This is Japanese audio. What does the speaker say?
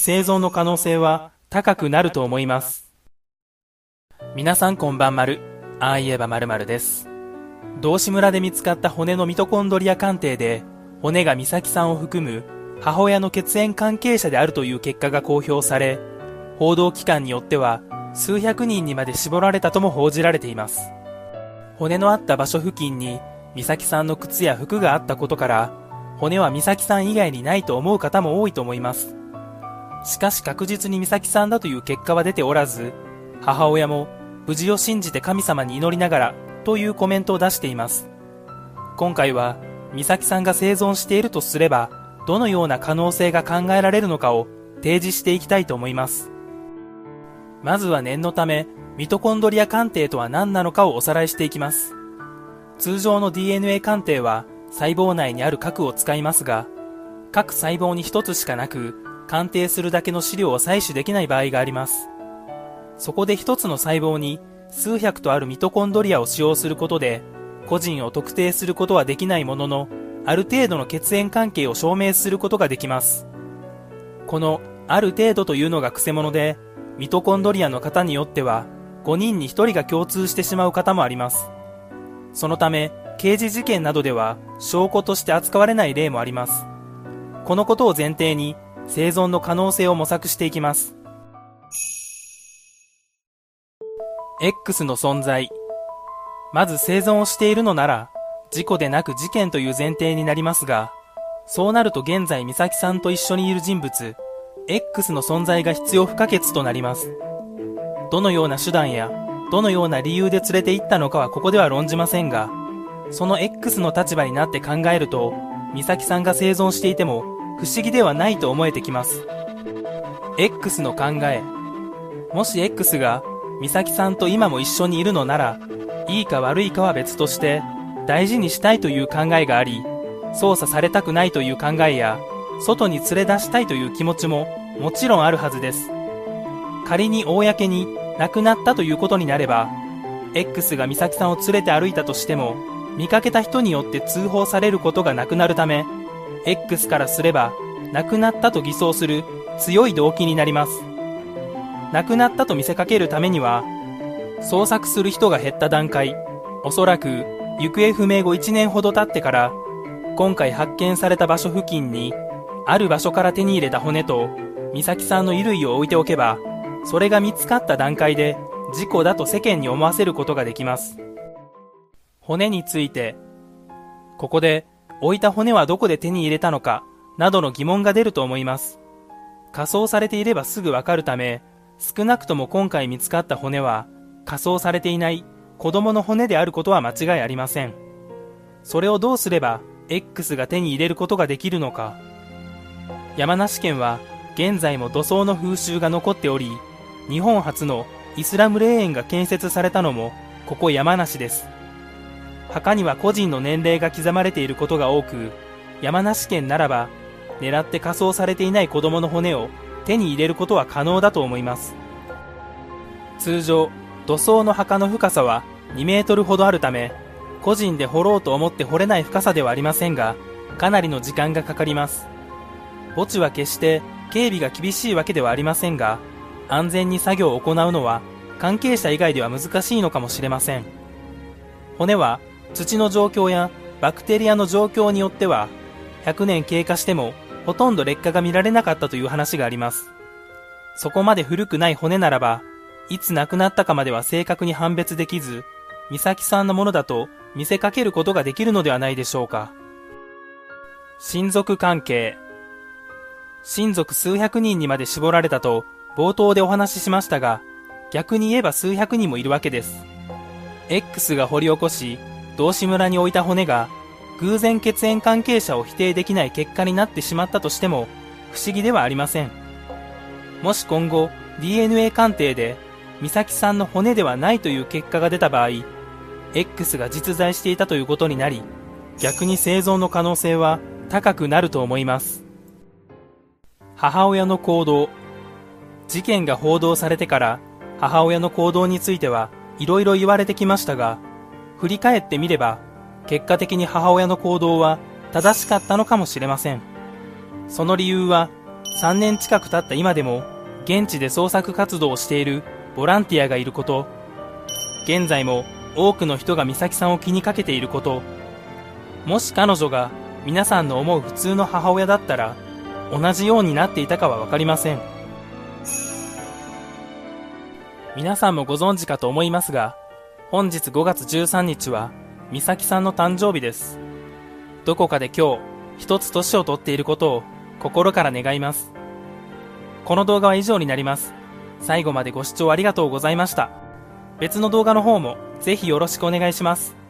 生存の可能性は高くなると思います。皆さんこんばんまる。ああ言えば〇〇です。道志村で見つかった骨のミトコンドリア鑑定で、骨が美咲さんを含む母親の血縁関係者であるという結果が公表され、報道機関によっては数百人にまで絞られたとも報じられています。骨のあった場所付近に美咲さんの靴や服があったことから、骨は美咲さん以外にないと思う方も多いと思います。しかし確実に美咲さんだという結果は出ておらず、母親も無事を信じて神様に祈りながらというコメントを出しています。今回は美咲さんが生存しているとすれば、どのような可能性が考えられるのかを提示していきたいと思います。まずは念のため、ミトコンドリア鑑定とは何なのかをおさらいしていきます。通常の DNA 鑑定は細胞内にある核を使いますが、各細胞に一つしかなく、鑑定するだけの資料を採取できない場合があります。そこで一つの細胞に数百とあるミトコンドリアを使用することで、個人を特定することはできないものの、ある程度の血縁関係を証明することができます。このある程度というのが曲者で、ミトコンドリアの方によっては5人に1人が共通してしまう方もあります。そのため刑事事件などでは証拠として扱われない例もあります。このことを前提に生存の可能性を模索していきます。 X の存在。まず生存をしているのなら事故でなく事件という前提になりますが、そうなると現在美咲さんと一緒にいる人物X の存在が必要不可欠となります。どのような手段やどのような理由で連れて行ったのかはここでは論じませんが、その X の立場になって考えると、美咲さんが生存していても不思議ではないと思えてきます。 X の考え。もし X が美咲さんと今も一緒にいるのなら、いいか悪いかは別として大事にしたいという考えがあり、操作されたくないという考えや外に連れ出したいという気持ちももちろんあるはずです。仮に公に亡くなったということになれば、 X が美咲さんを連れて歩いたとしても、見かけた人によって通報されることがなくなるため、 X からすれば亡くなったと偽装する強い動機になります。亡くなったと見せかけるためには、捜索する人が減った段階、おそらく行方不明後1年ほど経ってから、今回発見された場所付近にある場所から手に入れた骨と美咲さんの衣類を置いておけば、それが見つかった段階で事故だと世間に思わせることができます。骨について、ここで置いた骨はどこで手に入れたのかなどの疑問が出ると思います。火葬されていればすぐわかるため、少なくとも今回見つかった骨は火葬されていない子供の骨であることは間違いありません。それをどうすれば X が手に入れることができるのか。山梨県は現在も土葬の風習が残っており、日本初のイスラム霊園が建設されたのもここ山梨です。墓には個人の年齢が刻まれていることが多く、山梨県ならば狙って火葬されていない子供の骨を手に入れることは可能だと思います。通常土葬の墓の深さは2メートルほどあるため、個人で掘ろうと思って掘れない深さではありませんが、かなりの時間がかかります。墓地は決して警備が厳しいわけではありませんが、安全に作業を行うのは関係者以外では難しいのかもしれません。骨は土の状況やバクテリアの状況によっては100年経過してもほとんど劣化が見られなかったという話があります。そこまで古くない骨ならば、いつ亡くなったかまでは正確に判別できず、美咲さんのものだと見せかけることができるのではないでしょうか。親族関係。親族数百人にまで絞られたと冒頭でお話ししましたが、逆に言えば数百人もいるわけです。 X が掘り起こし道志村に置いた骨が偶然血縁関係者を否定できない結果になってしまったとしても不思議ではありません。もし今後 DNA 鑑定で美咲さんの骨ではないという結果が出た場合、 X が実在していたということになり、逆に生存の可能性は高くなると思います。母親の行動。事件が報道されてから母親の行動についてはいろいろ言われてきましたが、振り返ってみれば結果的に母親の行動は正しかったのかもしれません。その理由は 3年近く経った今でも現地で捜索活動をしているボランティアがいること、現在も多くの人が美咲さんを気にかけていること、もし彼女が皆さんの思う普通の母親だったら同じようになっていたかはわかりません。皆さんもご存知かと思いますが、本日5月13日は美咲さんの誕生日です。どこかで今日一つ年を取っていることを心から願います。この動画は以上になります。最後までご視聴ありがとうございました。別の動画の方もぜひよろしくお願いします。